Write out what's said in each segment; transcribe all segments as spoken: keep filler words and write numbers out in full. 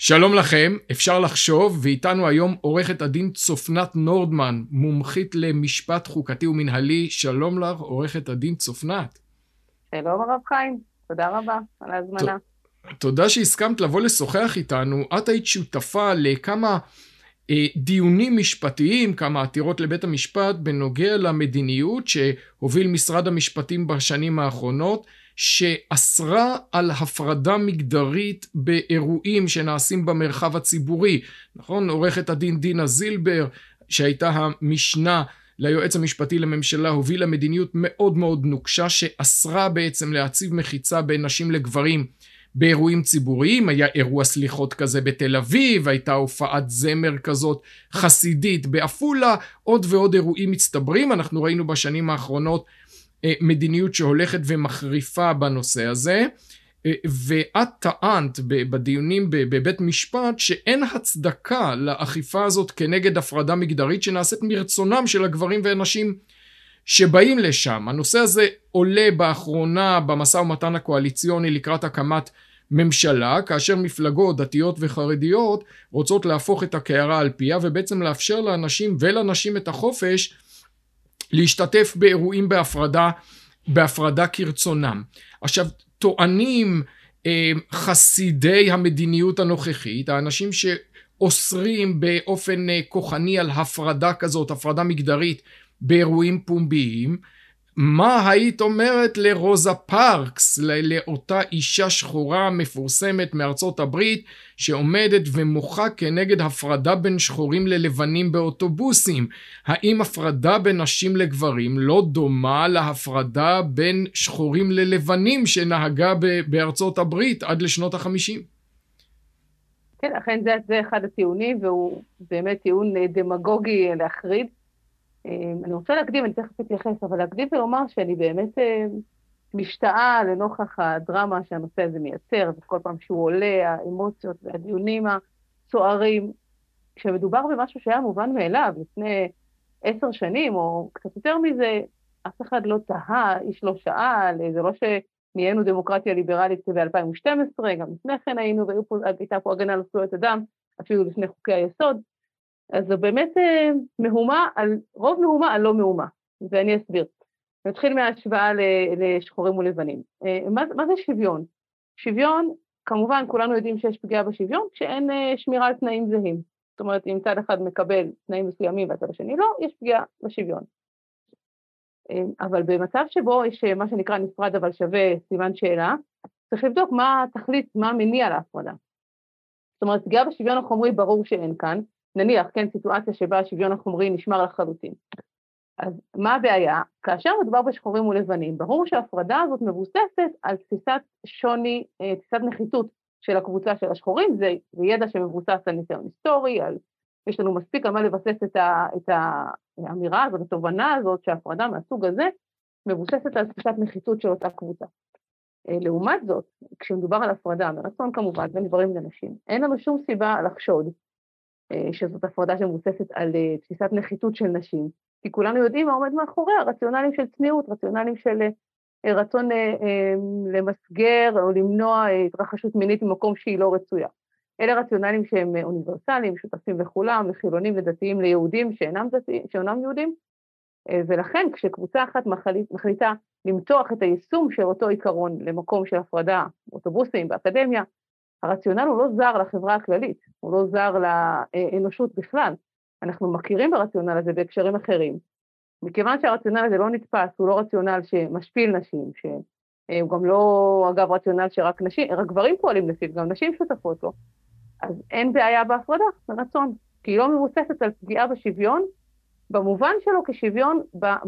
שלום לכם, אפשר לחשוב, ואיתנו היום עורכת הדין צופנת נורדמן, מומחית למשפט חוקתי ומנהלי. שלום לך, עורכת הדין צופנת. שלום הרב חיים, תודה רבה על ההזמנה. תודה שהסכמת לבוא לשוחח איתנו. את היית שותפה לכמה אה, דיונים משפטיים, כמה עתירות לבית המשפט בנוגע למדיניות שהוביל משרד המשפטים בשנים האחרונות, שאסרה על הפרדה מגדרית באירועים שנעשים במרחב הציבורי. נכון? עורכת הדין דינה זילבר, שהייתה המשנה ליועץ המשפטי לממשלה, הובילה מדיניות מאוד מאוד נוקשה, שאסרה בעצם להציב מחיצה בין נשים לגברים באירועים ציבוריים. היה אירוע סליחות כזה בתל אביב, הייתה הופעת זמר כזאת חסידית בעפולה, עוד ועוד אירועים מצטברים. אנחנו ראינו בשנים האחרונות מדיניות שהולכת ומחריפה בנושא הזה, ואת טענת בדיונים בבית משפט שאין הצדקה לאכיפה הזאת כנגד הפרדה מגדרית שנעשית מרצונם של הגברים והנשים שבאים לשם. הנושא הזה עולה באחרונה במשא ומתן הקואליציוני לקראת הקמת ממשלה, כאשר מפלגות דתיות וחרדיות רוצות להפוך את הקערה על פיה ובעצם לאפשר לאנשים ולנשים את החופש להשתתף באירועים בהפרדה, בהפרדה כרצונם. עכשיו, טוענים אה, חסידי המדיניות הנוכחית, האנשים שאוסרים באופן אה, כוחני על הפרדה כזאת, הפרדה מגדרית באירועים פומביים. מה היית אומרת לרוזה פארקס, לאותה אישה שחורה מפורסמת מארצות הברית שעומדת ומוחה כנגד הפרדה בין שחורים ללבנים באוטובוסים? האם הפרדה בין נשים לגברים לא דומה להפרדה בין שחורים ללבנים שנהגה בארצות הברית עד לשנות החמישים? כן, אכן זה, זה אחד הטיעונים, והוא באמת טיעון דמגוגי להחריד. אני רוצה להקדים, אני תכף אתייחס, אבל להקדים ולומר שאני באמת משתאה לנוכח הדרמה שהנושא הזה מייצר, וכל פעם שהוא עולה, האמוציות והדיונים הסוערים, כשמדובר במשהו שהיה מובן מאליו לפני עשר שנים, או קצת יותר מזה, אף אחד לא תהה, איש לא שאל, זה לא שנהיינו דמוקרטיה ליברלית ב-אלפיים ושתים עשרה, גם לפני כן היינו, והייתה פה הגנה על זכויות אדם, אפילו לפני חוקי היסוד, אז זו באמת מהומה, על, רוב מהומה על לא מהומה, ואני אסביר. נתחיל מההשוואה לשחורים ולבנים. מה, מה זה שוויון? שוויון, כמובן, כולנו יודעים שיש פגיעה בשוויון, כשאין שמירה על תנאים זהים. זאת אומרת, אם צד אחד מקבל תנאים מסוימים והצד השני לא, יש פגיעה בשוויון. אבל במצב שבו יש מה שנקרא נפרד אבל שווה סימן שאלה, צריך לבדוק מה התכלית, מה המניע להפרדה. זאת אומרת, פגיעה בשוויון החומרי ברור שאין כאן, נניח, כן, סיטואציה שבה השוויון החומרי נשמר לחלוטין. אז מה הבעיה? כאשר מדובר בשחורים ולבנים, ברור שההפרדה הזאת מבוססת על תפיסת שוני, תפיסת נחיתות של הקבוצה של השחורים, זה, זה ידע שמבוסס על ניסיון היסטורי, על, יש לנו מספיק על מה לבסס את, ה, את האמירה הזאת, התובנה הזאת, שההפרדה מהסוג הזה מבוססת על תפיסת נחיתות של אותה קבוצה. לעומת זאת, כשמדובר על הפרדה, מרצון כמובן, בין גברים לנשים, אין לנו שום סיבה לחשוד, שזאת הפרדה שמבוססת על תפיסת נחיתות של נשים, כי כולנו יודעים מה עומד מאחורי, רציונלים של צניעות, רציונלים של רצון למסגר או למנוע התרחשות מינית במקום שהיא לא רצויה. אלה רציונלים שהם אוניברסליים, שותפים לכולם, לחילונים, לדתיים, ליהודים שאינם דתיים, שאינם יהודים, ולכן כשקבוצה אחת מחליטה למתוח את היישום של אותו עיקרון למקום של הפרדה, אוטובוסים, באקדמיה, הרציונל הוא לא זר לחברה הכללית, הוא לא זר לאנושות בכלל. אנחנו מכירים ברציונל הזה בהקשרים אחרים. מכיוון שהרציונל הזה לא נתפס, הוא לא רציונל שמשפיל נשים, שהוא גם לא, אגב, רציונל שרק נשים, רק גברים פועלים לפיו, גם נשים שותפות לו. אז אין בעיה בהפרדה, ברצון, כי היא לא מבוססת על פגיעה בשוויון, במובן שלו כשוויון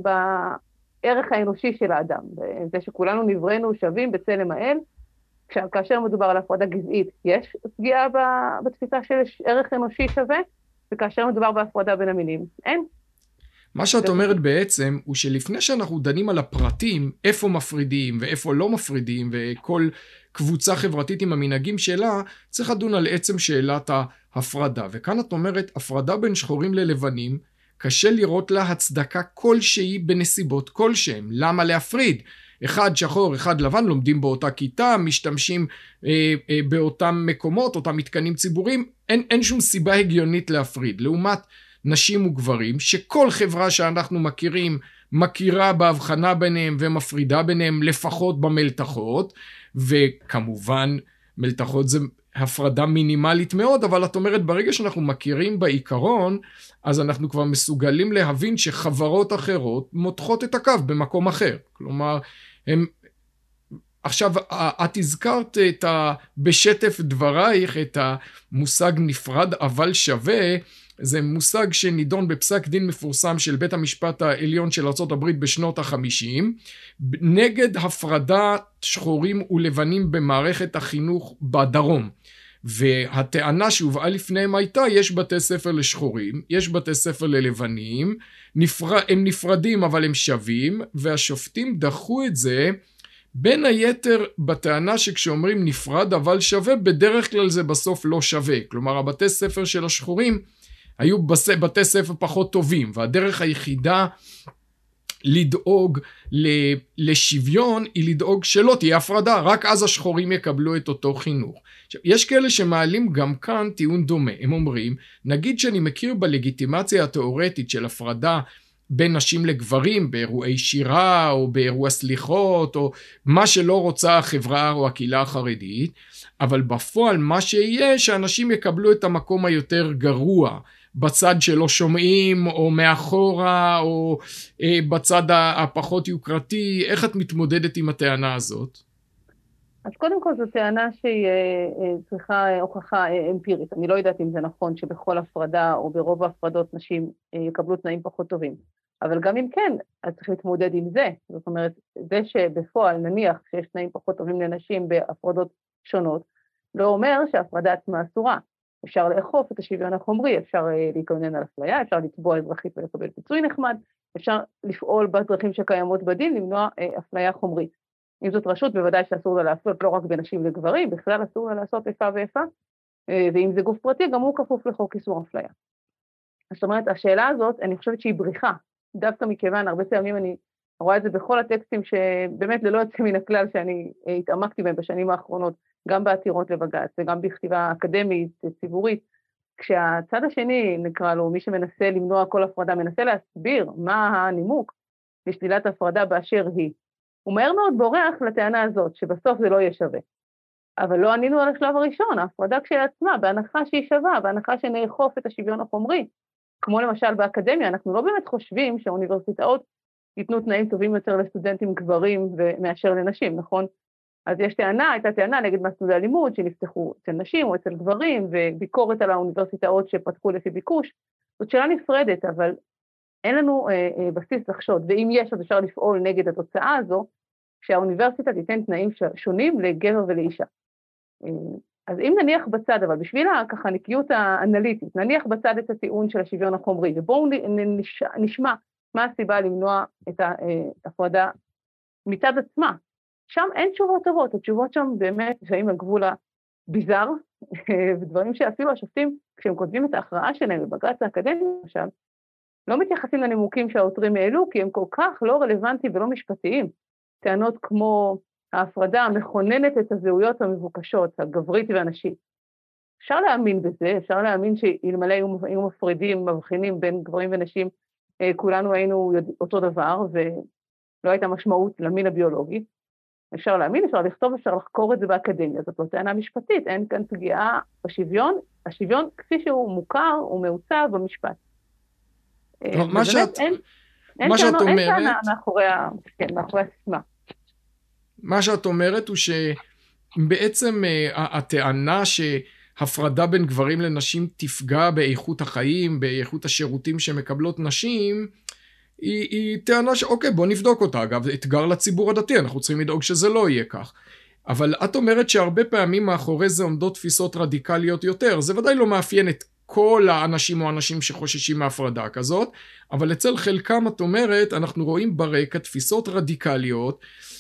בערך האנושי של האדם, זה שכולנו נבראנו שווים בצלם האל, כאשר מדובר על הפרדה גזעית, יש פגיעה בתפיסה של ערך אנושי שווה, וכאשר מדובר בהפרדה בין המינים, אין. מה שאת אומרת בעצם, הוא שלפני שאנחנו דנים על הפרטים, איפה מפרידים ואיפה לא מפרידים, וכל קבוצה חברתית עם המנהגים שלה, צריך לדון על עצם שאלת ההפרדה. וכאן את אומרת, הפרדה בין שחורים ללבנים, קשה לראות לה הצדקה כלשהי בנסיבות כלשהם. למה להפריד? אחד שחור, אחד לבן, לומדים באותה כיתה, משתמשים אה, אה, באותם מקומות, אותם מתקנים ציבוריים, אין, אין שום סיבה הגיונית להפריד. לעומת נשים וגברים, שכל חברה שאנחנו מכירים, מכירה בהבחנה ביניהם ומפרידה ביניהם לפחות במלתחות, וכמובן מלתחות זה הפרדה מינימלית מאוד, אבל את אומרת ברגע שאנחנו מכירים בעיקרון, אז אנחנו כבר מסוגלים להבין שחברות אחרות מותחות את הקו במקום אחר. כלומר, הם... עכשיו, את הזכרת את ה... בשטף דברייך את המושג נפרד אבל שווה, זה מושג שנידון בפסק דין מפורסם של בית המשפט העליון של ארצות הברית בשנות החמישים, נגד הפרדת שחורים ולבנים במערכת החינוך בדרום. והטענה שהובאה לפניהם הייתה, יש בתי ספר לשחורים, יש בתי ספר ללבנים, נפר... הם נפרדים אבל הם שווים, והשופטים דחו את זה, בין היתר בטענה שכשאומרים נפרד אבל שווה, בדרך כלל זה בסוף לא שווה. כלומר, הבתי ספר של השחורים היו בתי ספר פחות טובים, והדרך היחידה לדאוג לשוויון היא לדאוג שלא תהיה הפרדה, רק אז השחורים יקבלו את אותו חינוך. עכשיו, יש כאלה שמעלים גם כאן טיעון דומה, הם אומרים, נגיד שאני מכיר בלגיטימציה התיאורטית של הפרדה בין נשים לגברים, באירועי שירה או באירוע סליחות, או מה שלא רוצה החברה או הקהילה החרדית, אבל בפועל מה שיהיה שאנשים יקבלו את המקום היותר גרוע, בצד שלא שומעים או מאחורה או אה, בצד הפחות יוקרתי. איך את מתמודדת עם הטענה הזאת? אז קודם כל זו טענה שהיא אה, צריכה הוכחה אה, אמפירית. אני לא יודעת אם זה נכון שבכל הפרדה או ברוב ההפרדות נשים אה, יקבלו תנאים פחות טובים. אבל גם אם כן, אז צריך להתמודד עם זה. זאת אומרת, זה שבפועל נניח שיש תנאים פחות טובים לנשים בהפרדות שונות, לא אומר שההפרדה עצמה אסורה. אפשר לאכוף את השוויון החומרי, אפשר להיכונן על אפליה, אפשר לתבוע אזרחית ולקבל פיצוי נחמד, אפשר לפעול בדרכים שקיימות בדין, למנוע אפליה חומרית. אם זאת רשות, בוודאי שאסור לה לעשות לא רק בנשים לגברים, בכלל אסור לה לעשות איפה ואיפה, ואם זה גוף פרטי, גם הוא כפוף לחוק איסור אפליה. זאת אומרת, השאלה הזאת, אני חושבת שהיא בריחה, דווקא מכיוון, הרבה פעמים אני רואה את זה בכל הטקסטים שבאמת ללא יוצא מן הכלל שאני התעמקתי בהם בשנים האחרונות, גם בעתירות לבג"ץ וגם בכתיבה אקדמית, ציבורית, כשהצד השני, נקרא לו, מי שמנסה למנוע כל הפרדה, מנסה להסביר מה הנימוק לשלילת הפרדה באשר היא, הוא מהר מאוד בורח לטענה הזאת, שבסוף זה לא יהיה שווה. אבל לא ענינו על השלב הראשון, ההפרדה כשלעצמה, בהנחה שהיא שווה, בהנחה שנאכוף את השוויון החומרי, כמו למשל באקדמיה, אנחנו לא באמת חושבים שהאוניברסיטאות ייתנו תנאים טובים יותר לסטודנטים גברים מאשר לנשים, נכון? אז יש טענה, הייתה טענה נגד מסלולי הלימוד שנפתחו אצל נשים או אצל גברים, וביקורת על האוניברסיטאות שפתחו לפי ביקוש. זאת שאלה נפרדת, אבל אין לנו אה, אה, בסיס לחשוד, ואם יש, אז אפשר לפעול נגד התוצאה הזו, שהאוניברסיטה תיתן תנאים שונים לגבר ולאישה. אה, אז אם נניח בצד, אבל בשביל ככה נקיות האנליטית, נניח בצד את הטיעון של השוויון החומרי, ובואו נש, נשמע מה הסיבה למנוע את ההפרדה מצד עצמה. שם אין תשובות טובות, התשובות שם באמת לפעמים על גבול הביזר, ודברים שאפילו השופטים, כשהם כותבים את ההכרעה שלהם בבג"ץ האקדמי, למשל, לא מתייחסים לנימוקים שהעותרים העלו, כי הם כל כך לא רלוונטיים ולא משפטיים. טענות כמו ההפרדה המכוננת את הזהויות המבוקשות, הגברית והנשית. אפשר להאמין בזה, אפשר להאמין שאלמלא היו מפרידים, מבחינים בין גברים ונשים, כולנו היינו אותו דבר, ולא הייתה משמעות למין הביולוגי. אפשר להאמין, אפשר לכתוב, אפשר לחקור את זה באקדמיה, זאת לא טענה משפטית, אין כאן פגיעה בשוויון, השוויון כפי שהוא מוכר ומעוצב במשפט. מה שאת אומרת, אין טענה מאחורי הסיסמה. מה שאת אומרת הוא שבעצם הטענה שהפרדה בין גברים לנשים תפגע באיכות החיים, באיכות השירותים שמקבלות נשים, היא, היא טענה שאוקיי, בוא נבדוק אותה. אגב, זה אתגר לציבור הדתי, אנחנו צריכים לדאוג שזה לא יהיה כך. אבל את אומרת שהרבה פעמים מאחורי זה עומדות תפיסות רדיקליות יותר. זה ודאי לא מאפיין את כל האנשים או האנשים שחוששים מהפרדה כזאת, אבל אצל חלקם את אומרת, אנחנו רואים ברקע תפיסות רדיקליות,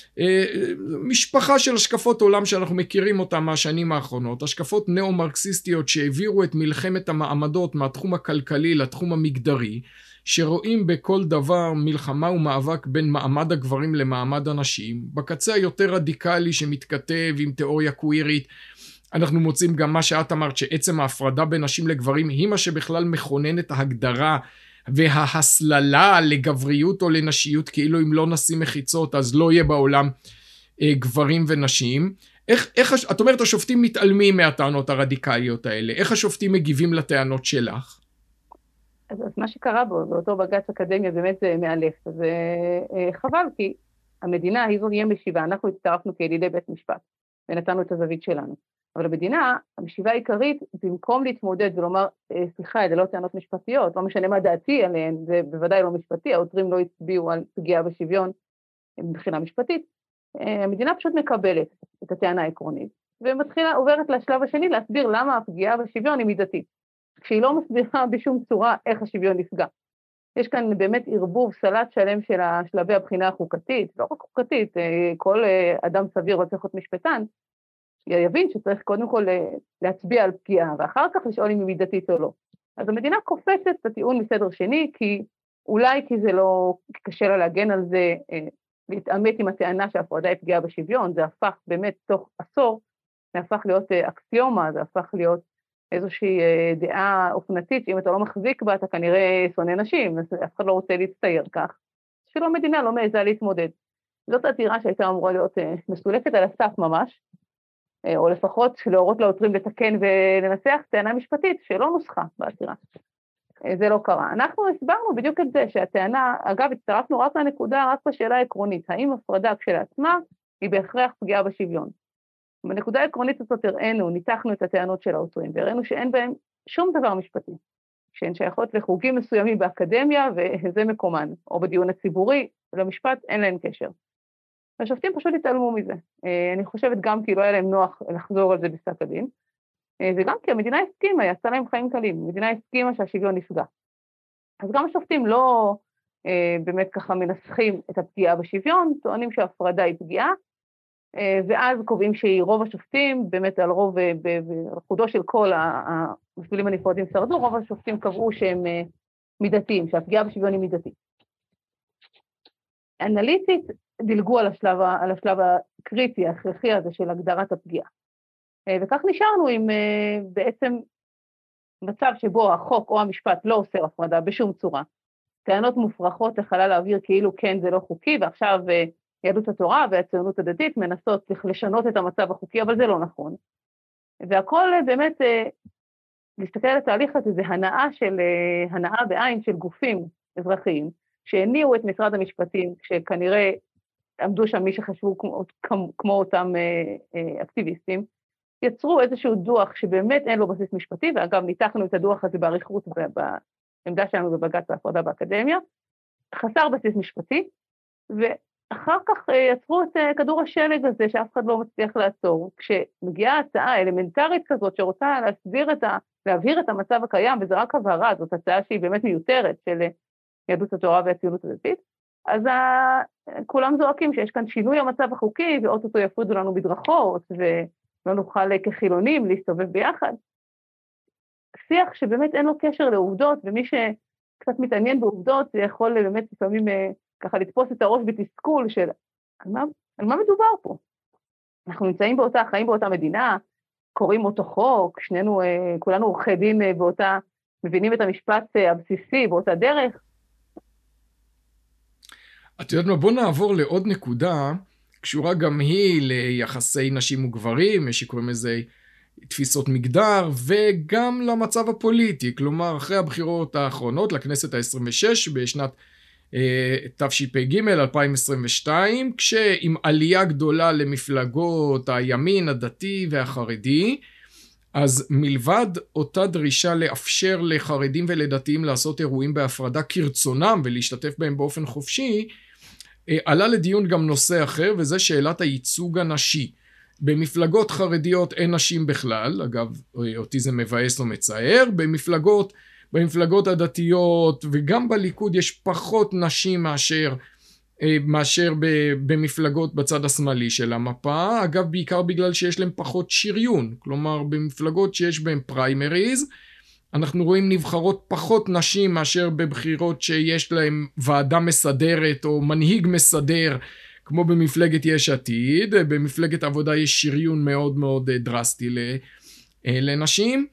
משפחה של השקפות עולם שאנחנו מכירים אותם מהשנים האחרונות, השקפות נאו-מרקסיסטיות שהעבירו את מלחמת המעמדות מהתחום הכלכלי לתחום המגדרי, שרואים בכל דבר מלחמה ומאבק בין מעמד הגברים למעמד הנשים. בקצה היותר רדיקלי שמתכתב עם תיאוריה קווירית, אנחנו מוצאים גם מה שאת אמרת, שעצם ההפרדה בין נשים לגברים היא מה שבכלל מכונן את ההגדרה וההסללה לגבריות או לנשיות, כאילו אם לא נשים מחיצות אז לא יהיה בעולם אה, גברים ונשים. איך, איך, את אומרת השופטים מתעלמים מהטענות הרדיקליות האלה, איך השופטים מגיבים לטענות שלך? אז, אז מה שקרה בו, באותו בג"ץ אקדמיה באמת זה מאלף, אז אה, חבל, כי המדינה היא זו נהיה משיבה, אנחנו הצטרפנו כילידי בית משפט, ונתנו את הזווית שלנו. אבל המדינה, המשיבה העיקרית, במקום להתמודד ולומר, סליחה, אלה לא טענות משפטיות, לא משנה מה דעתי עליהן, זה בוודאי לא משפטי, העותרים לא הצביעו על פגיעה בשוויון מבחינה משפטית, המדינה פשוט מקבלת את הטענה העקרונית, ומתחילה, עוברת לשלב השני להסביר למה הפגיעה בשוויון היא מידתית, כשהיא לא מסבירה בשום צורה איך השוויון נפגע. יש כאן באמת ערבוב סלט שלם של שלבי הבחינה החוקתית, לא רק חוקתית, כל אדם סביר לא צריך להיות משפטן, יבין שצריך קודם כל להצביע על פגיעה, ואחר כך לשאול אם היא מידתית או לא. אז המדינה קופצת את הטיעון מסדר שני, כי אולי כי זה לא קשה לה להגן על זה, להתעמת עם הטענה שההפרדה היא פגיעה בשוויון, זה הפך באמת תוך עשור, זה הפך להיות אקסיומה, זה הפך להיות איזושהי דעה אופנתית, שאם אתה לא מחזיק בה, אתה כנראה שונא נשים, אף אחד לא רוצה להצטייר כך, שלא המדינה לא מעיזה להתמודד. זאת עתירה שהייתה אמורה להיות מסולקת על הסף ממש, או לפחות להורות לעותרים לתקן ולנסח טענה משפטית שלא נוסחה בעתירה. זה לא קרה. אנחנו הסברנו בדיוק את זה, שהטענה, אגב, הצטרפנו רק לנקודה, רק בשאלה העקרונית, האם הפרדה כשלעצמה היא בהכרח פגיעה בשוויון. בנקודה העקרונית הזאת הראינו, ניתחנו את הטענות של העותרים, והראינו שאין בהם שום דבר משפטי, שהן שייכות לחוגים מסוימים באקדמיה, וזה מקומן, או בדיון הציבורי, למשפט אין להם קשר. השופטים פשוט התעלמו מזה. אני חושבת גם כי לא היה להם נוח לחזור על זה בפסק הדין, וגם כי המדינה הסכימה, יעשה להם חיים קלים, המדינה הסכימה שהשוויון נפגע. אז גם השופטים לא באמת ככה מנסחים את הפגיעה בשוויון, טוענים שההפרדה היא פגיעה, ואז קובעים שרוב השופטים, באמת על רוב, בחודו של כל המסלולים הנפרדים שרדו, רוב השופטים קבעו שהם מידתיים, שהפגיעה בשוויון היא מידתית. אנליטית, דילגו על השלב, על השלב הקריטי, ההכרחי הזה של הגדרת הפגיעה. וכך נשארנו עם בעצם מצב שבו החוק או המשפט לא אוסר הפרדה בשום צורה. טענות מופרכות לחלל האוויר כאילו כן זה לא חוקי, ועכשיו יהדות התורה והציונות הדתית מנסות לשנות את המצב החוקי, אבל זה לא נכון. והכל באמת, להסתכל על התהליך הזה, זה הנאה של, הנאה בעין של גופים אזרחיים, שהניעו את משרד המשפטים, שכנראה עמדו שם מי שחשבו כמו, כמו אותם אקטיביסטים, יצרו איזשהו דוח שבאמת אין לו בסיס משפטי, ואגב ניתחנו את הדוח הזה בעריכות בעמדה שלנו בבג"ץ ההפרדה באקדמיה, חסר בסיס משפטי, ואחר כך יצרו את כדור השלג הזה שאף אחד לא מצליח לעצור, כשמגיעה הצעה אלמנטרית כזאת שרוצה להסביר את ה, להבהיר את המצב הקיים, וזה רק הבהרה, זאת הצעה שהיא באמת מיותרת של יהדות התורה והציונות הדתית, אז ה... כולם זועקים שיש כאן שינוי המצב החוקי, ואוטוטו יפרידו לנו בדרכות, ולא נוכל כחילונים להסתובב ביחד. שיח שבאמת אין לו קשר לעובדות, ומי שקצת מתעניין בעובדות, זה יכול באמת לפעמים ככה לתפוס את הראש בתסכול של, על מה, על מה מדובר פה? אנחנו נמצאים באותה, חיים באותה מדינה, קוראים אותו חוק, שנינו, כולנו עורכי דין באותה, מבינים את המשפט הבסיסי באותה דרך. את יודעת מה, בוא נעבור לעוד נקודה, קשורה גם היא ליחסי נשים וגברים, יש שקוראים לזה תפיסות מגדר, וגם למצב הפוליטי, כלומר אחרי הבחירות האחרונות לכנסת ה-עשרים ושש בשנת אה, תשפ"ג אלפיים עשרים ושתיים, כשעם עלייה גדולה למפלגות הימין, הדתי והחרדי, אז מלבד אותה דרישה לאפשר לחרדים ולדתיים לעשות אירועים בהפרדה כרצונם ולהשתתף בהם באופן חופשי, עלה לדיון גם נושא אחר, וזה שאלת הייצוג הנשי. במפלגות חרדיות אין נשים בכלל, אגב אותי זה מבאס או מצער, במפלגות, במפלגות הדתיות וגם בליכוד יש פחות נשים מאשר, מאשר במפלגות בצד השמאלי של המפה, אגב בעיקר בגלל שיש להם פחות שריון, כלומר במפלגות שיש בהם פריימריז, אנחנו רואים נבחרות פחות נשים מאשר בבחירות שיש להם ועדה מסדרת או מנהיג מסדר, כמו במפלגת יש עתיד. במפלגת העבודה יש שריון מאוד מאוד דרסטי לנשים.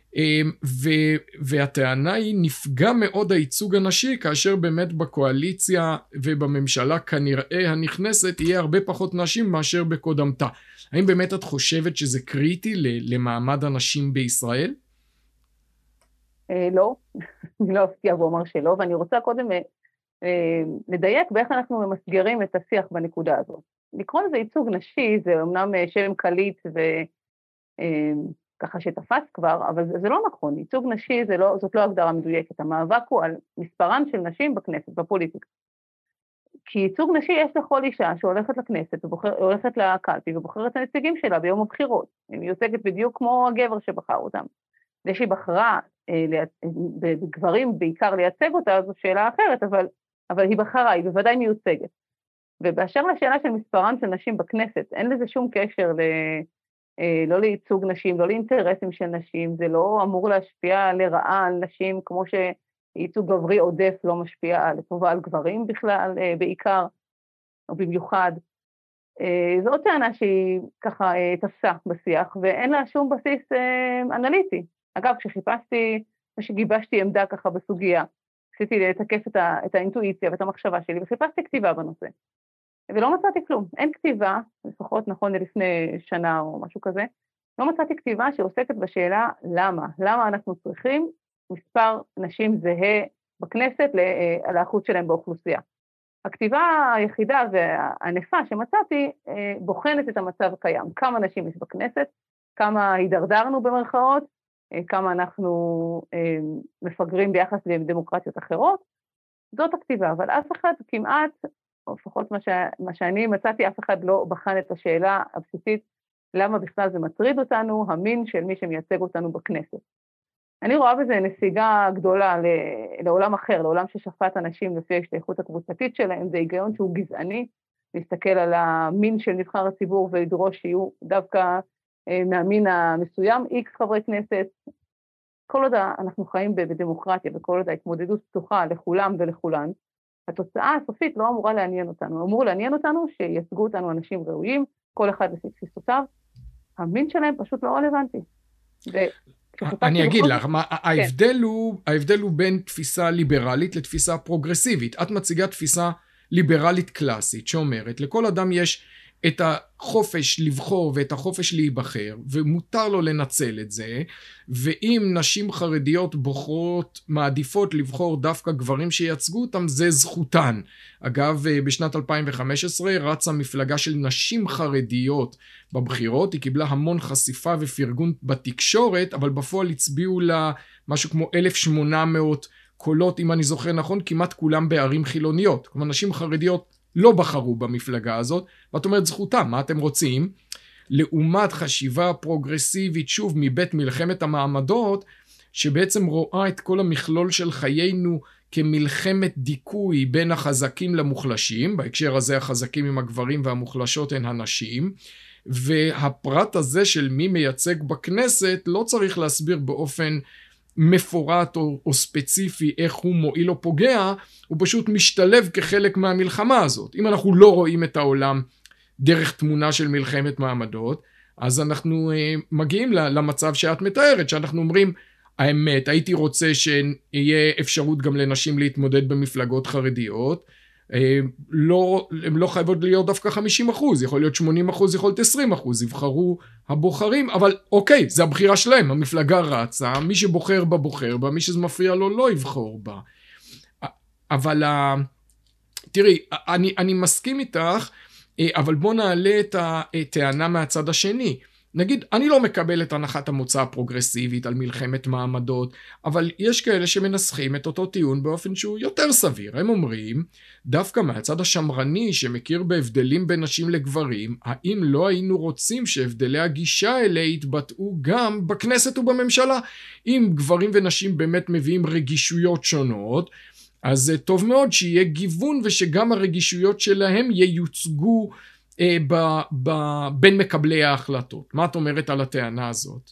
והטענה היא נפגע מאוד הייצוג הנשי, כאשר באמת בקואליציה ובממשלה כנראה הנכנסת יהיה הרבה פחות נשים מאשר בקודמתה. האם באמת את חושבת שזה קריטי למעמד הנשים בישראל? לא, אני לא אפתיע ואומר שלא, ואני רוצה קודם לדייק באיך אנחנו ממסגרים את השיח בנקודה הזאת. לקרוא לזה ייצוג נשי, זה אמנם שם קליט וככה שתפס כבר, אבל זה, זה לא נכון. ייצוג נשי זה לא, זאת לא הגדרה מדויקת. המאבק הוא על מספרן של נשים בכנסת, בפוליטיקה. כי ייצוג נשי יש לכל אישה שהולכת לכנסת, הולכת לקלפי ובוחרת את הנציגים שלה ביום הבחירות. היא מיוצגת בדיוק כמו הגבר שבחר אותם. זה שהיא בחרה בגברים בעיקר לייצג אותה, זו שאלה אחרת, אבל, אבל היא בחרה, היא בוודאי מיוצגת. ובאשר לשאלה של מספרן של נשים בכנסת, אין לזה שום קשר ל, לא לייצוג נשים, לא לאינטרסים של נשים, זה לא אמור להשפיע לרעה על נשים, כמו שייצוג גברי עודף לא משפיע לטובה על גברים בכלל, בעיקר, או במיוחד. זו טענה שהיא ככה תפסה בשיח, ואין לה שום בסיס אנליטי. אגב, כשחיפשתי, כשגיבשתי עמדה ככה בסוגיה, עשיתי לתקף את, ה, את האינטואיציה ואת המחשבה שלי, וחיפשתי כתיבה בנושא. ולא מצאתי כלום. אין כתיבה, לפחות נכון לפני שנה או משהו כזה, לא מצאתי כתיבה שעוסקת בשאלה למה. למה אנחנו צריכים מספר נשים זהה בכנסת על האחוז שלהם באוכלוסייה. הכתיבה היחידה והענפה שמצאתי בוחנת את המצב הקיים. כמה נשים יש בכנסת, כמה הידרדרנו במרכאות, כמה אנחנו מפגרים ביחס לדמוקרטיות אחרות. זאת הכתיבה, אבל אף אחד כמעט, או לפחות מה, ש... מה שאני מצאתי, אף אחד לא בחן את השאלה הבסיסית, למה בכלל זה מטריד אותנו, המין של מי שמייצג אותנו בכנסת. אני רואה בזה נסיגה גדולה לעולם אחר, לעולם ששפט אנשים לפי ההשתייכות הקבוצתית שלהם, זה היגיון שהוא גזעני, להסתכל על המין של נבחר הציבור ולדרוש שיהיו דווקא מהמין המסוים, איקס חברי כנסת. כל עוד אנחנו חיים בדמוקרטיה, וכל עוד ההתמודדות פתוחה לכולם ולכולן, התוצאה הסופית לא אמורה לעניין אותנו, אמור לעניין אותנו שייצגו אותנו אנשים ראויים, כל אחד לפי תפיסותיו, המין שלהם פשוט לא רלוונטי. אני אגיד לך, ההבדל הוא, ההבדל הוא בין תפיסה ליברלית לתפיסה פרוגרסיבית. את מציגה תפיסה ליברלית קלאסית שאומרת, לכל אדם יש את החופש לבחור ואת החופש להיבחר, ומותר לו לנצל את זה, ואם נשים חרדיות בוחרות, מעדיפות לבחור דווקא גברים שייצגו אותם, זה זכותן. אגב, בשנת אלפיים וחמש עשרה רצה מפלגה של נשים חרדיות בבחירות, היא קיבלה המון חשיפה ופרגון בתקשורת, אבל בפועל הצביעו לה משהו כמו אלף ושמונה מאות קולות, אם אני זוכר נכון, כמעט כולם בערים חילוניות. כלומר, נשים חרדיות לא בחרו במפלגה הזאת, ואת אומרת זכותם, מה אתם רוצים? לעומת חשיבה פרוגרסיבית, שוב, מבית מלחמת המעמדות, שבעצם רואה את כל המכלול של חיינו כמלחמת דיכוי בין החזקים למוחלשים, בהקשר הזה החזקים עם הגברים והמוחלשות הן הנשים, והפרט הזה של מי מייצג בכנסת לא צריך להסביר באופן מפורט או, או ספציפי איך הוא מועיל או פוגע, הוא פשוט משתלב כחלק מהמלחמה הזאת. אם אנחנו לא רואים את העולם דרך תמונה של מלחמת מעמדות, אז אנחנו אה, מגיעים למצב שאת מתארת, שאנחנו אומרים, האמת, הייתי רוצה שיהיה אפשרות גם לנשים להתמודד במפלגות חרדיות, אה, לא, הם לא חייבות להיות דווקא חמישים אחוז, יכול להיות שמונים אחוז, יכול להיות עשרים אחוז, יבחרו הבוחרים, אבל אוקיי, זה הבחירה שלהם, המפלגה רצה, מי שבוחר בה בוחר בה, מי שזה מפריע לו לא יבחור בה. אבל תראי, אני, אני מסכים איתך, אבל בוא נעלה את הטענה מהצד השני. נגיד, אני לא מקבל את הנחת המוצא הפרוגרסיבית על מלחמת מעמדות, אבל יש כאלה שמנסחים את אותו טיעון באופן שהוא יותר סביר. הם אומרים, דווקא מהצד השמרני שמכיר בהבדלים בין נשים לגברים, האם לא היינו רוצים שהבדלי הגישה האלה יתבטאו גם בכנסת ובממשלה? אם גברים ונשים באמת מביאים רגישויות שונות, אז זה טוב מאוד שיהיה גיוון ושגם הרגישויות שלהם ייוצגו אה, ב, ב, בין מקבלי ההחלטות. מה את אומרת על הטענה הזאת?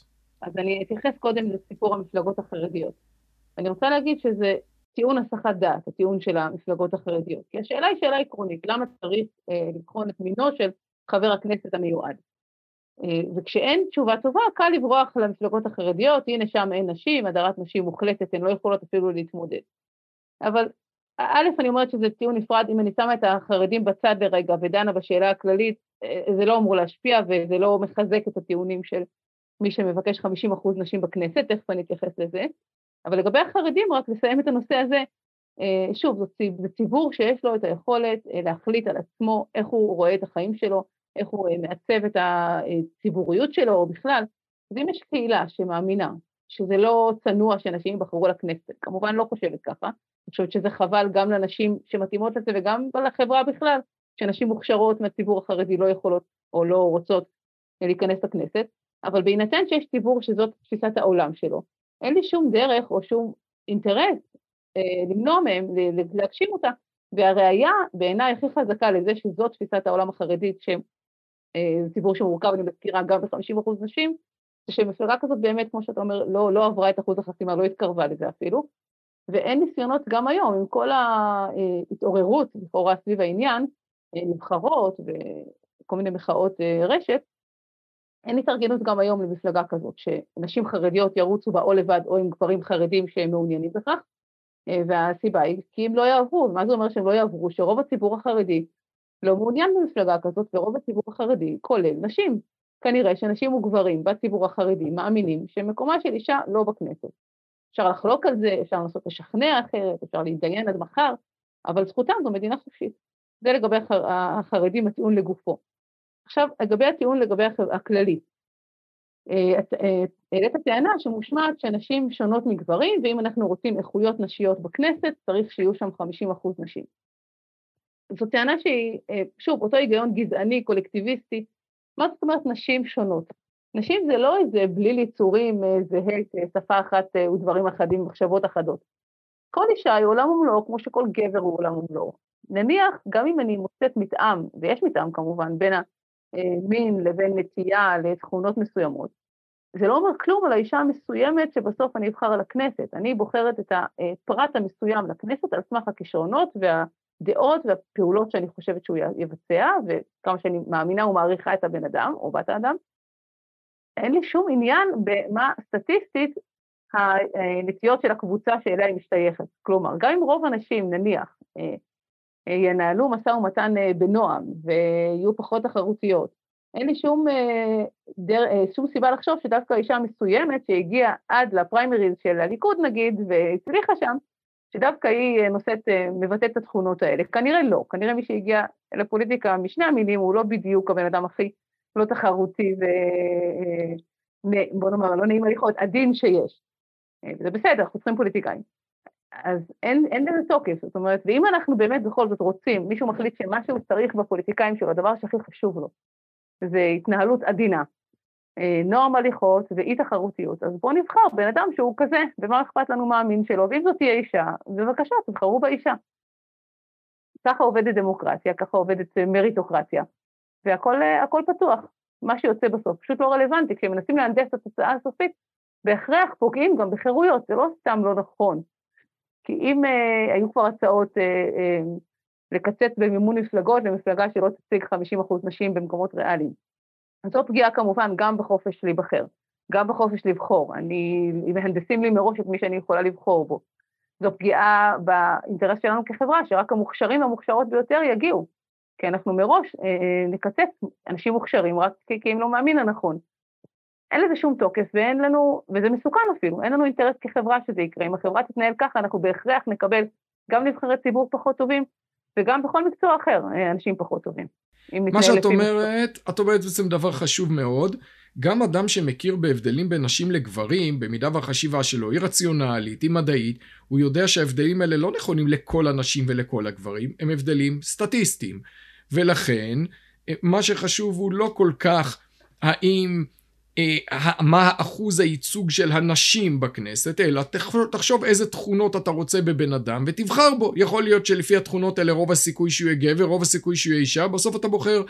אז אני אתייחס קודם לסיפור המפלגות החרדיות. אני רוצה להגיד שזה טיעון הסחת דעת, הטיעון של המפלגות החרדיות. כי השאלה היא שאלה עקרונית, למה צריך אה, לבחון את מינו של חבר הכנסת המיועד? אה, וכשאין תשובה טובה, קל לברוח למפלגות החרדיות, הנה שם אין נשים, הדרת נשים מוחלטת, הן לא יכולות אפילו להתמודד. אבל א', אני אומרת שזה טיעון נפרד, אם אני שמה את החרדים בצד לרגע ודנה בשאלה הכללית, אה, זה לא אמור להשפיע וזה לא מחזק את הטיעונים של מי שמבקש חמישים אחוז נשים בכנסת, תכף אני אתייחס לזה. אבל לגבי החרדים, רק לסיים את הנושא הזה, שוב, זה ציבור שיש לו את היכולת להחליט על עצמו איך הוא רואה את החיים שלו, איך הוא מעצב את הציבוריות שלו, או בכלל. אז אם יש קהילה שמאמינה שזה לא צנוע שאנשים בחרו לכנסת, כמובן לא חושבת ככה, אני חושבת שזה חבל גם לנשים שמתאימות לזה, וגם לחברה בכלל, שנשים מוכשרות מהציבור החרדי לא יכולות או לא רוצות להיכנס לכנסת, אבל בהינתן שיש ציבור שזאת תפיסת העולם שלו, אין לי שום דרך או שום אינטרס אה, למנוע מהם, להגשים אותה, והראיה בעיניי הכי חזקה לזה שזאת תפיסת העולם החרדית, שזה אה, ציבור שמורכב, אני מזכירה, גם ב-חמישים אחוז נשים, זה שמפלגה כזאת באמת, כמו שאתה אומר, לא, לא עברה את אחוז החסימה, לא התקרבה לזה אפילו, ואין ניסיונות גם היום, עם כל ההתעוררות, לכאורה סביב העניין, נבחרות וכל מיני מחאות אה, רשת, אין התארגנות גם היום למפלגה כזאת, שנשים חרדיות ירוצו בה או לבד או עם גברים חרדים שהם מעוניינים בכך, והסיבה היא כי הם לא יעברו. מה זה אומר שהם לא יעברו? שרוב הציבור החרדי לא מעוניין במפלגה כזאת, ורוב הציבור החרדי כולל נשים. כנראה שנשים וגברים בציבור החרדי מאמינים שמקומה של אישה לא בכנסת. אפשר לחלוק על זה, אפשר לנסות לשכנע אחרת, אפשר להתדיין עד מחר, אבל זכותם זו מדינה חופשית. זה לגבי החרדים, הטיעון לגופו. עכשיו, לגבי הטיעון לגבי הכללי, העלית הטענה שמושמעת שנשים שונות מגברים, ואם אנחנו רוצים איכויות נשיות בכנסת, צריך שיהיו שם חמישים אחוז נשים. זו טענה שהיא, שוב, אותו היגיון גזעני, קולקטיביסטי, מה זאת אומרת נשים שונות? נשים זה לא איזה בלי ליצורים, זהה, שפה אחת ודברים אחדים, מחשבות אחדות. כל אישה היא עולם ומלואו, כמו שכל גבר הוא עולם ומלואו. נניח, גם אם אני מוצאת מתאם, ויש מתאם כמובן, בין המין לבין נטייה לתכונות מסוימות, זה לא אומר כלום על האישה המסוימת שבסוף אני אבחר על הכנסת. אני בוחרת את הפרט המסוים לכנסת על סמך הכישרונות והדעות והפעולות שאני חושבת שהוא יבצע, וכמה שאני מאמינה ומעריכה את הבן אדם או בת האדם. אין לי שום עניין במה סטטיסטית הנטיות של הקבוצה שאליה היא משתייכת. כלומר, גם אם רוב אנשים, נניח, ינהלו משא ומתן בנועם ויהיו פחות תחרותיות, אין לי שום, דר, שום סיבה לחשוב שדווקא אישה מסוימת שהגיעה עד לפריימריז של הליכוד נגיד והצליחה שם, שדווקא היא נושאת, מבטאת את התכונות האלה. כנראה לא, כנראה מי שהגיע לפוליטיקה משני המינים הוא לא בדיוק הבן אדם הכי לא תחרותי ובוא נאמר, לא נעים הליכות, עדין שיש. וזה בסדר, אנחנו צריכים פוליטיקאים. אז אין, אין לזה תוקף, זאת אומרת, ואם אנחנו באמת בכל זאת רוצים, מישהו מחליט שמה שהוא צריך בפוליטיקאים שלו, הדבר שהכי חשוב לו, זה התנהלות עדינה, נועם הליכות ואי תחרותיות, אז בואו נבחר בן אדם שהוא כזה, ומה אכפת לנו מאמין שלו, ואם זאת תהיה אישה, בבקשה, תבחרו באישה. ככה עובדת דמוקרטיה, ככה עובדת מריטוקרטיה, והכל הכל פתוח, מה שיוצא בסוף, פשוט לא רלוונטי, כשהם מנסים להנדס את התוצאה הסופית, בהכרח פוגעים גם בחירויות, זה לא סתם לא נכון, כי אם אה, היו כבר הצעות אה, אה, לקצץ במימון מפלגות, למפלגה שלא תציג חמישים אחוז נשים במקומות ריאליים, אז זו פגיעה כמובן גם בחופש להיבחר, גם בחופש לבחור, אני, מהנדסים לי מראש את מי שאני יכולה לבחור בו, זו פגיעה באינטרס שלנו כחברה, שרק המוכשרים והמוכשרות ביותר יגיעו, כי אנחנו מראש אה, נקצץ אנשים מוכשרים, רק כי, כי הם לא מאמין הנכון. אין לזה שום תוקף, ואין לנו, וזה מסוכן אפילו, אין לנו אינטרס כחברה שזה יקרה. אם החברה תתנהל ככה, אנחנו בהכרח נקבל גם נבחרי ציבור פחות טובים, וגם בכל מקצוע אחר, אנשים פחות טובים. מה שאת אומרת, את אומרת בעצם דבר חשוב מאוד, גם אדם שמכיר בהבדלים בין נשים לגברים, במידה והחשיבה שלו היא רציונלית, היא מדעית, הוא יודע שההבדלים האלה לא נכונים לכל הנשים ולכל הגברים, הם הבדלים סטטיסטיים. ולכן, מה שחשוב הוא לא כל כך האם מה האחוז הייצוג של הנשים בכנסת, אלא תחשוב איזה תכונות אתה רוצה בבן אדם ותבחר בו. יכול להיות שלפי התכונות האלה רוב הסיכוי שהוא יהיה גבר, רוב הסיכוי שהוא יהיה אישה, בסוף אתה בוחר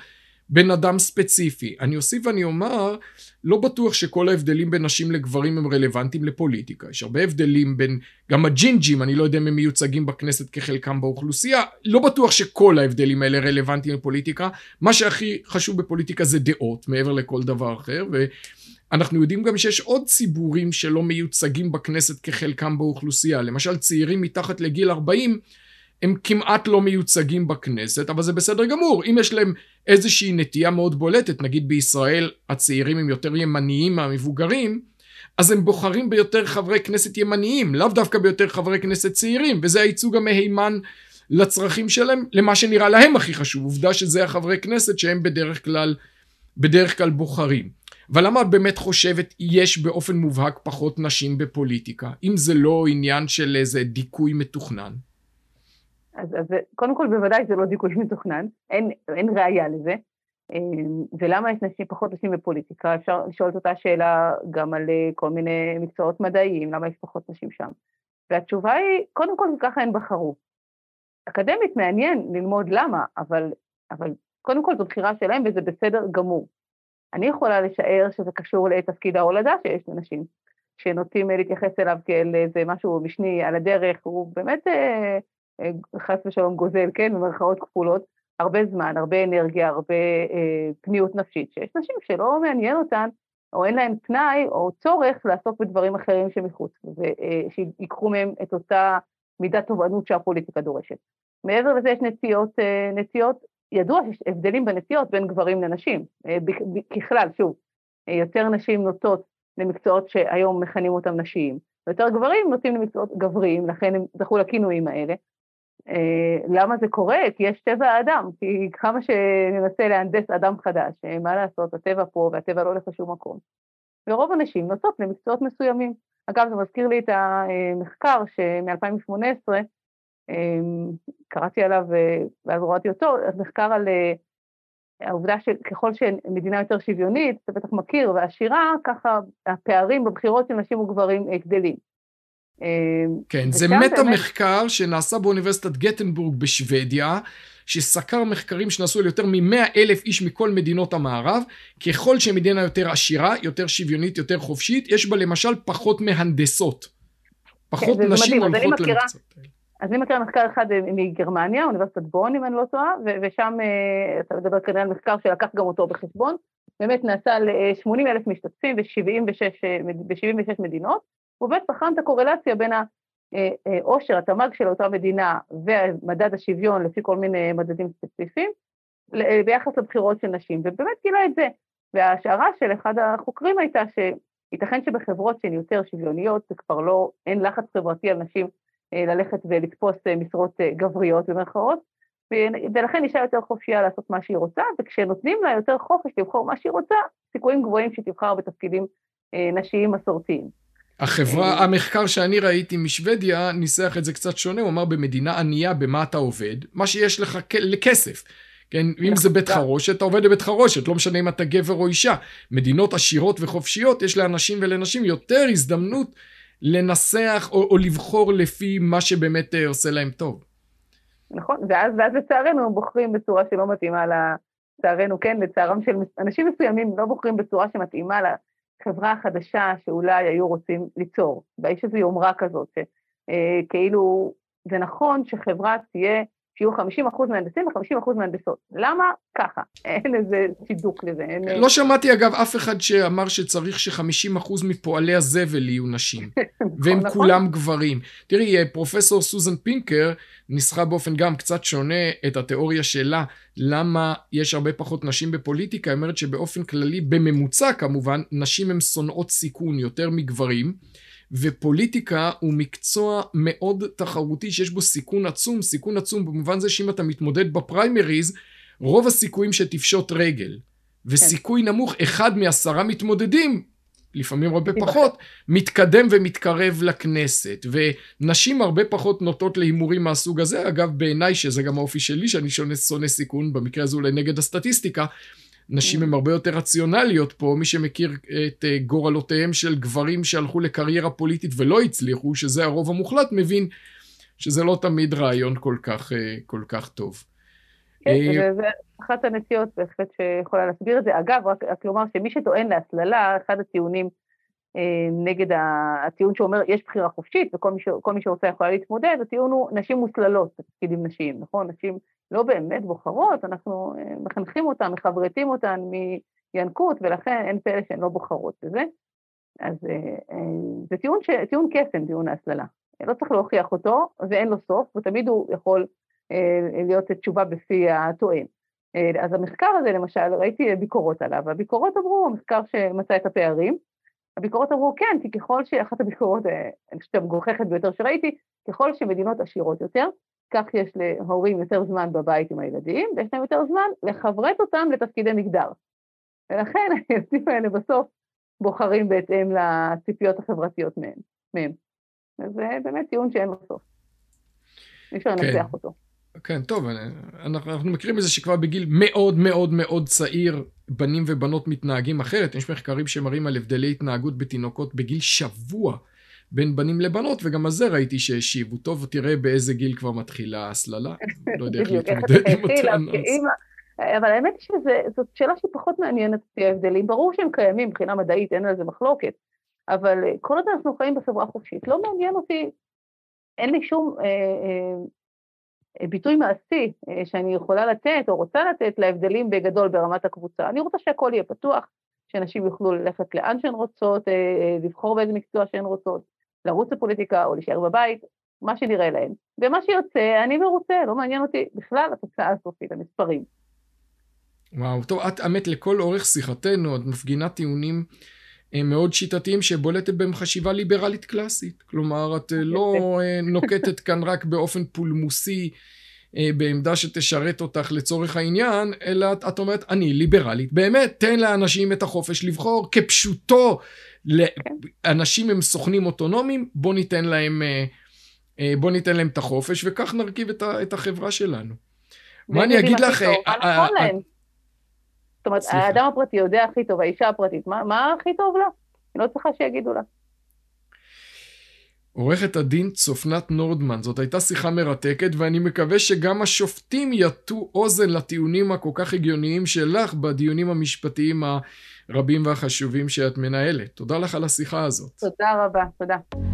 בן אדם ספציפי. אני אוסיף ואני אומר, לא בטוח שכל ההבדלים בין נשים לגברים הם רלוונטיים לפוליטיקה. יש הרבה הבדלים בין, גם הג'ינג'ים, אני לא יודע אם הם מיוצגים בכנסת כחלקם באוכלוסייה, לא בטוח שכל ההבדלים האלה רלוונטיים לפוליטיקה. מה שהכי חשוב בפוליטיקה זה דעות, מעבר לכל דבר אחר, ואנחנו יודעים גם שיש עוד ציבורים שלא מיוצגים בכנסת כחלקם באוכלוסייה. למשל, צעירים מתחת לגיל ארבעים, הם כמעט לא מיוצגים בכנסת, אבל זה בסדר גמור. אם יש להם איזושהי נטייה מאוד בולטת, נגיד בישראל הצעירים הם יותר ימניים מהמבוגרים, אז הם בוחרים ביותר חברי כנסת ימניים, לאו דווקא ביותר חברי כנסת צעירים, וזה הייצוג המהימן לצרכים שלהם, למה שנראה להם הכי חשוב, עובדה שזה החברי כנסת שהם בדרך כלל, בדרך כלל בוחרים. אבל למה את באמת חושבת יש באופן מובהק פחות נשים בפוליטיקה, אם זה לא עניין של איזה דיכוי מתוכנן? אז, אז קודם כל בוודאי זה לא דיכוי מתוכנן, אין, אין ראייה לזה, ולמה יש נשים, פחות נשים בפוליטיקה, אפשר לשאול את אותה שאלה גם על כל מיני מקצועות מדעיים, למה יש פחות נשים שם, והתשובה היא, קודם כל ככה הן בחרו, אקדמית מעניין ללמוד למה, אבל, אבל קודם כל זו בחירה שלהם וזה בסדר גמור, אני יכולה לשער שזה קשור לתפקיד ההולדה שיש לנשים, שנוטים להתייחס אליו כאל איזה משהו משני על הדרך, הוא באמת חס ושלום גוזל, כן, במרכאות כפולות, הרבה זמן, הרבה אנרגיה, הרבה אה, פניות נפשית, שיש נשים שלא מעניין אותן, או אין להן פנאי או צורך לעסוק בדברים אחרים שמחוץ, ושיקחו מהם את אותה מידת תובענות שהפוליטיקה דורשת. מעבר לזה יש נטיות, אה, נטיות, ידוע שיש הבדלים בנטיות בין גברים לנשים, אה, ככלל, שוב, אה, יותר נשים נוטות למקצועות שהיום מכנים אותם נשיים, ויותר גברים נוטים למקצועות גבריים, לכן הם זכו לכינויים האלה. למה זה קורה? כי יש טבע האדם, כי כמה שננסה להנדס אדם חדש, מה לעשות, הטבע פה והטבע לא הולך לשום מקום. ורוב הנשים נוטות למקצועות מסוימים. אגב, זה מזכיר לי את המחקר שמ-אלפיים שמונה עשרה, קראתי עליו ואז ראיתי אותו, מחקר על העובדה שככל שמדינה יותר שוויונית, אתה בטח מכיר, ועשירה, ככה הפערים בבחירות של נשים וגברים גדלים. כן, זה מטה מחקר שנעשה באוניברסיטת גטנבורג בשוודיה, שסקר מחקרים שנעשו על יותר מ-מאה אלף איש מכל מדינות המערב, ככל שמדינה יותר עשירה, יותר שוויונית, יותר חופשית, יש בה למשל פחות מהנדסות, פחות נשים הולכות למקצועות. אז אני מכירה מחקר אחד מגרמניה, אוניברסיטת בון, אם אני לא טועה, ושם אתה מדבר כנראה על מחקר שלקח גם אותו בחשבון, באמת נעשה ל-שמונים אלף משתתפים ב-שבעים ושש מדינות, ובאמת בחן את הקורלציה בין העושר, התמ"ג של אותה מדינה ומדד השוויון לפי כל מיני מדדים ספציפיים, ביחס לבחירות של נשים, ובאמת גילה את זה. וההשערה של אחד החוקרים הייתה שייתכן שבחברות שהן יותר שוויוניות, זה כבר לא, אין לחץ חברתי על נשים ללכת ולתפוס משרות גבריות במרכאות, ולכן אישה יותר חופשייה לעשות מה שהיא רוצה, וכשנותנים לה יותר חופש לבחור מה שהיא רוצה, סיכויים גבוהים שתבחר בתפקידים נשיים מסורתיים. החברה, המחקר שאני ראיתי משוודיה, ניסח את זה קצת שונה, הוא אמר במדינה ענייה במה אתה עובד, מה שיש לך לכסף, כן? אם זה בית חרושת, אתה עובד בבית חרושת, לא משנה אם אתה גבר או אישה. מדינות עשירות וחופשיות, יש לאנשים ולנשים יותר הזדמנות לנסח או, או לבחור לפי מה שבאמת עושה להם טוב. נכון, ואז, ואז לצערנו הם בוחרים בצורה שלא מתאימה לצערנו, כן, לצערם של אנשים מסוימים לא בוחרים בצורה שמתאימה לחברה החדשה שאולי היו רוצים ליצור. ויש איזו יומרה כזאת, שכאילו זה נכון שחברה תהיה, שיהיו חמישים אחוז מהנדסים ו-חמישים אחוז מהנדסות. למה? ככה. אין איזה צידוק לזה. אין... לא שמעתי אגב אף אחד שאמר שצריך ש-חמישים אחוז מפועלי הזבל יהיו נשים, והם נכון. כולם גברים. תראי, פרופסור סוזן פינקר ניסחה באופן גם קצת שונה את התיאוריה שלה, למה יש הרבה פחות נשים בפוליטיקה. היא אומרת שבאופן כללי, בממוצע כמובן, נשים הן שונאות סיכון יותר מגברים, ופוליטיקה הוא מקצוע מאוד תחרותי שיש בו סיכון עצום, סיכון עצום במובן זה שאם אתה מתמודד בפריימריז, רוב הסיכויים שתפשוט רגל, וסיכוי נמוך, אחד מעשרה מתמודדים, לפעמים הרבה פחות, מתקדם ומתקרב לכנסת, ונשים הרבה פחות נוטות להימורים מהסוג הזה, אגב בעיניי שזה גם האופי שלי, שאני שונא סיכון, במקרה הזה אולי נגד הסטטיסטיקה, נשים הן הרבה יותר רציונליות פה, מי שמכיר את גורלותיהם של גברים שהלכו לקריירה פוליטית ולא הצליחו, שזה הרוב המוחלט, מבין שזה לא תמיד רעיון כל כך, כל כך טוב. כן, וזה אחת הנטיות בהחלט שיכולה להסביר את זה. אגב, רק, רק לומר שמי שטוען להסללה, אחד הטיעונים אה, נגד הטיעון שאומר יש בחירה חופשית, וכל מי, ש, כל מי שרוצה יכולה להתמודד, הטיעון הוא נשים מוסללות, תפקידים נשיים, נכון? נשים לא באמת בוחרות, אנחנו אה, מחנכים אותן, מחברתים אותן מינקות, ולכן אין פלא שהן לא בוחרות בזה. אז אה, אה, זה טיעון, ש, טיעון קסם, טיעון ההסללה. לא צריך להוכיח אותו, ואין לו סוף, ותמיד הוא יכול להיות תשובה בפי הטוען. אז המחקר הזה, למשל, ראיתי ביקורות עליו, והביקורות אמרו, המחקר שמצא את הפערים, הביקורות אמרו, כן, כי ככל שאחת הביקורות, אני חושבת המגוחכת ביותר שראיתי, ככל שמדינות עשירות יותר, כך יש להורים יותר זמן בבית עם הילדים, ויש להם יותר זמן לחברת אותם לתפקידי מגדר. ולכן הילדים האלה בסוף בוחרים בהתאם לציפיות החברתיות מהם. מהם. אז זה באמת טיעון שאין לו סוף. אי אפשר לנצח אותו. כן, טוב, אנחנו, אנחנו מכירים בזה שכבר בגיל מאוד מאוד מאוד צעיר, בנים ובנות מתנהגים אחרת. יש מחקרים שמראים על הבדלי התנהגות בתינוקות בגיל שבוע, בין בנים לבנות, וגם על זה ראיתי שהשיבו. טוב, תראה באיזה גיל כבר מתחילה הסללה. לא יודע איך להתמודד עם אותן. אבל האמת היא שזאת שאלה שפחות מעניינת אותי ההבדלים. ברור שהם קיימים, מבחינה מדעית, אין על זה מחלוקת. אבל כל עוד אנחנו חיים בחברה חופשית, לא מעניין אותי, אין לי שום אה, אה, ביטוי מעשי אה, שאני יכולה לתת או רוצה לתת להבדלים בגדול ברמת הקבוצה. אני רוצה שהכל יהיה פתוח, שאנשים יוכלו ללכת לאן שהן רוצות, אה, אה, לבחור באיזה מקצוע שהן רוצות, לרוץ לפוליטיקה או להישאר בבית, מה שנראה להן. ומה שיוצא, אני מרוצה, לא מעניין אותי בכלל התוצאה הסופית, המספרים. וואו, טוב, את אמת לכל אורך שיחתנו, את מפגינה טיעונים מאוד שיטתיים שבולטת בהם חשיבה ליברלית קלאסית. כלומר, את לא נוקטת כאן רק באופן פולמוסי בעמדה שתשרת אותך לצורך העניין, אלא את, את אומרת, אני ליברלית. באמת, תן לאנשים את החופש לבחור כפשוטו. אנשים הם סוכנים אוטונומיים, בוא ניתן להם, בוא ניתן להם את החופש, וכך נרכיב את, ה, את החברה שלנו. מה אני אגיד לך? זאת אומרת, האדם הפרטי יודע הכי טוב, האישה הפרטית, מה, מה הכי טוב לה? אני לא צריכה שיגידו לה. עורכת הדין צופנת נורדמן, זאת הייתה שיחה מרתקת, ואני מקווה שגם השופטים יטו אוזן לטיעונים הכל כך הגיוניים שלך, בדיונים המשפטיים הרבים והחשובים שאת מנהלת. תודה לך על השיחה הזאת. תודה רבה, תודה.